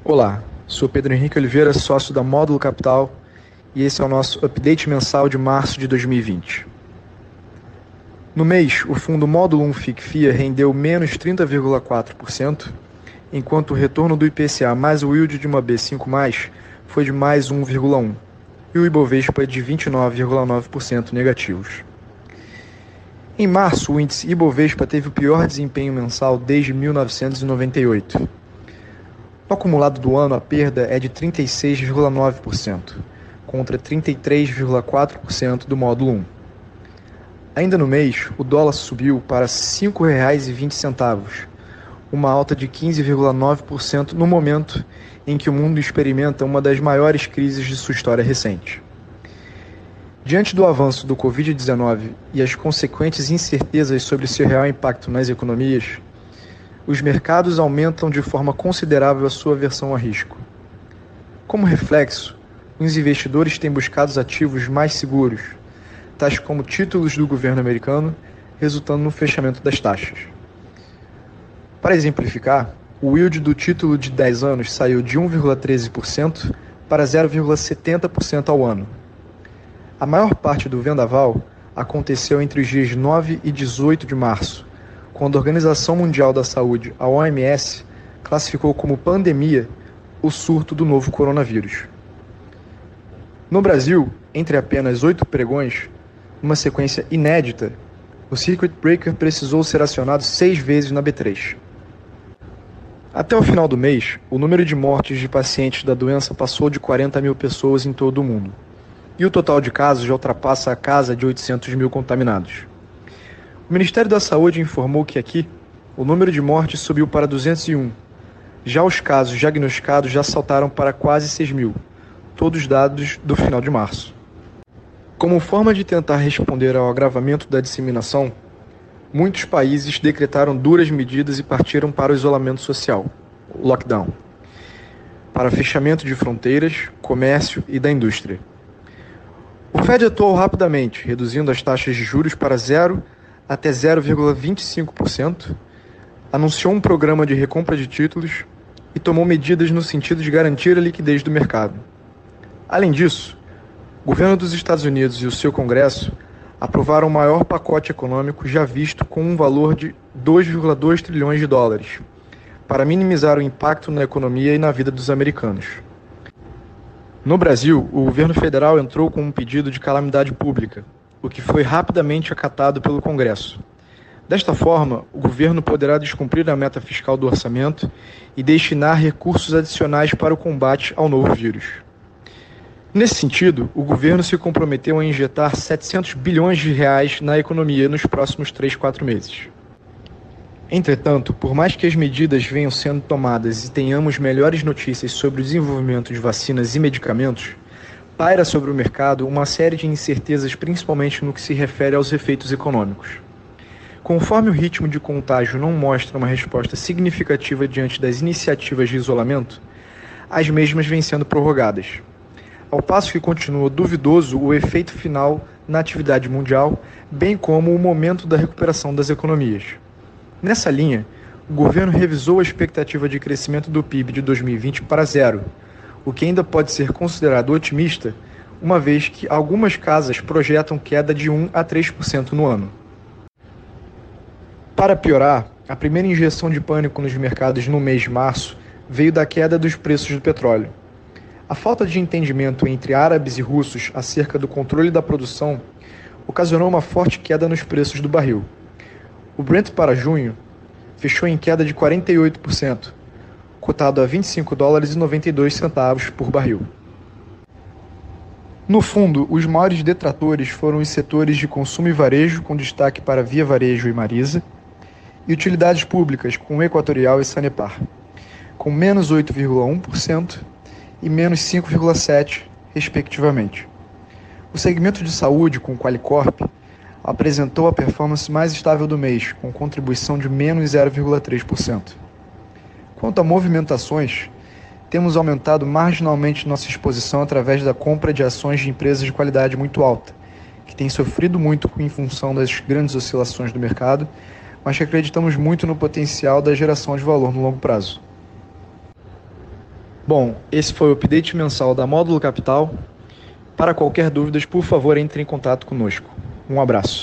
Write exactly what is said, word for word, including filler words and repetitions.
Olá, sou Pedro Henrique Oliveira, sócio da Módulo Capital, e esse é o nosso update mensal de março de dois mil e vinte. No mês, o fundo Módulo um F I C F I A rendeu menos trinta vírgula quatro por cento, enquanto o retorno do I P C A mais o yield de uma B cinco mais, foi de mais um vírgula um por cento, e o Ibovespa de vinte e nove vírgula nove por cento negativos. Em março, o índice Ibovespa teve o pior desempenho mensal desde mil novecentos e noventa e oito. No acumulado do ano, a perda é de trinta e seis vírgula nove por cento, contra trinta e três vírgula quatro por cento do módulo um. Ainda no mês, o dólar subiu para cinco reais e vinte centavos, uma alta de quinze vírgula nove por cento no momento em que o mundo experimenta uma das maiores crises de sua história recente. Diante do avanço do covid dezenove e as consequentes incertezas sobre seu real impacto nas economias, os mercados aumentam de forma considerável a sua aversão a risco. Como reflexo, os investidores têm buscado ativos mais seguros, tais como títulos do governo americano, resultando no fechamento das taxas. Para exemplificar, o yield do título de dez anos saiu de um vírgula treze por cento para zero vírgula setenta por cento ao ano. A maior parte do vendaval aconteceu entre os dias nove e dezoito de março, quando a Organização Mundial da Saúde, a O M S, classificou como pandemia o surto do novo coronavírus. No Brasil, entre apenas oito pregões, numa sequência inédita, o Circuit Breaker precisou ser acionado seis vezes na B três. Até o final do mês, o número de mortes de pacientes da doença passou de quarenta mil pessoas em todo o mundo, e o total de casos já ultrapassa a casa de oitocentos mil contaminados. O Ministério da Saúde informou que aqui, o número de mortes subiu para duzentos e um. Já os casos diagnosticados já saltaram para quase seis mil, todos dados do final de março. Como forma de tentar responder ao agravamento da disseminação, muitos países decretaram duras medidas e partiram para o isolamento social, o lockdown, para fechamento de fronteiras, comércio e da indústria. O Fed atuou rapidamente, reduzindo as taxas de juros para zero até zero vírgula vinte e cinco por cento, anunciou um programa de recompra de títulos e tomou medidas no sentido de garantir a liquidez do mercado. Além disso, o governo dos Estados Unidos e o seu Congresso aprovaram o maior pacote econômico já visto, com um valor de dois vírgula dois trilhões de dólares, para minimizar o impacto na economia e na vida dos americanos. No Brasil, o governo federal entrou com um pedido de calamidade pública, o que foi rapidamente acatado pelo Congresso. Desta forma, o governo poderá descumprir a meta fiscal do orçamento e destinar recursos adicionais para o combate ao novo vírus. Nesse sentido, o governo se comprometeu a injetar setecentos bilhões de reais na economia nos próximos três, quatro meses. Entretanto, por mais que as medidas venham sendo tomadas e tenhamos melhores notícias sobre o desenvolvimento de vacinas e medicamentos, paira sobre o mercado uma série de incertezas, principalmente no que se refere aos efeitos econômicos. Conforme o ritmo de contágio não mostra uma resposta significativa diante das iniciativas de isolamento, as mesmas vêm sendo prorrogadas. Ao passo que continua duvidoso o efeito final na atividade mundial, bem como o momento da recuperação das economias. Nessa linha, o governo revisou a expectativa de crescimento do P I B de dois mil e vinte para zero, o que ainda pode ser considerado otimista, uma vez que algumas casas projetam queda de um a três por cento no ano. Para piorar, a primeira injeção de pânico nos mercados no mês de março veio da queda dos preços do petróleo. A falta de entendimento entre árabes e russos acerca do controle da produção ocasionou uma forte queda nos preços do barril. O Brent para junho fechou em queda de quarenta e oito por cento, cotado a vinte e cinco dólares e noventa e dois centavos por barril. No fundo, os maiores detratores foram os setores de consumo e varejo, com destaque para Via Varejo e Marisa, e utilidades públicas, com Equatorial e Sanepar, com menos oito vírgula um por cento e menos cinco vírgula sete por cento, respectivamente. O segmento de saúde, com Qualicorp, apresentou a performance mais estável do mês, com contribuição de menos zero vírgula três por cento. Quanto a movimentações, temos aumentado marginalmente nossa exposição através da compra de ações de empresas de qualidade muito alta, que têm sofrido muito em função das grandes oscilações do mercado, mas que acreditamos muito no potencial da geração de valor no longo prazo. Bom, esse foi o update mensal da Módulo Capital. Para qualquer dúvida, por favor, entre em contato conosco. Um abraço.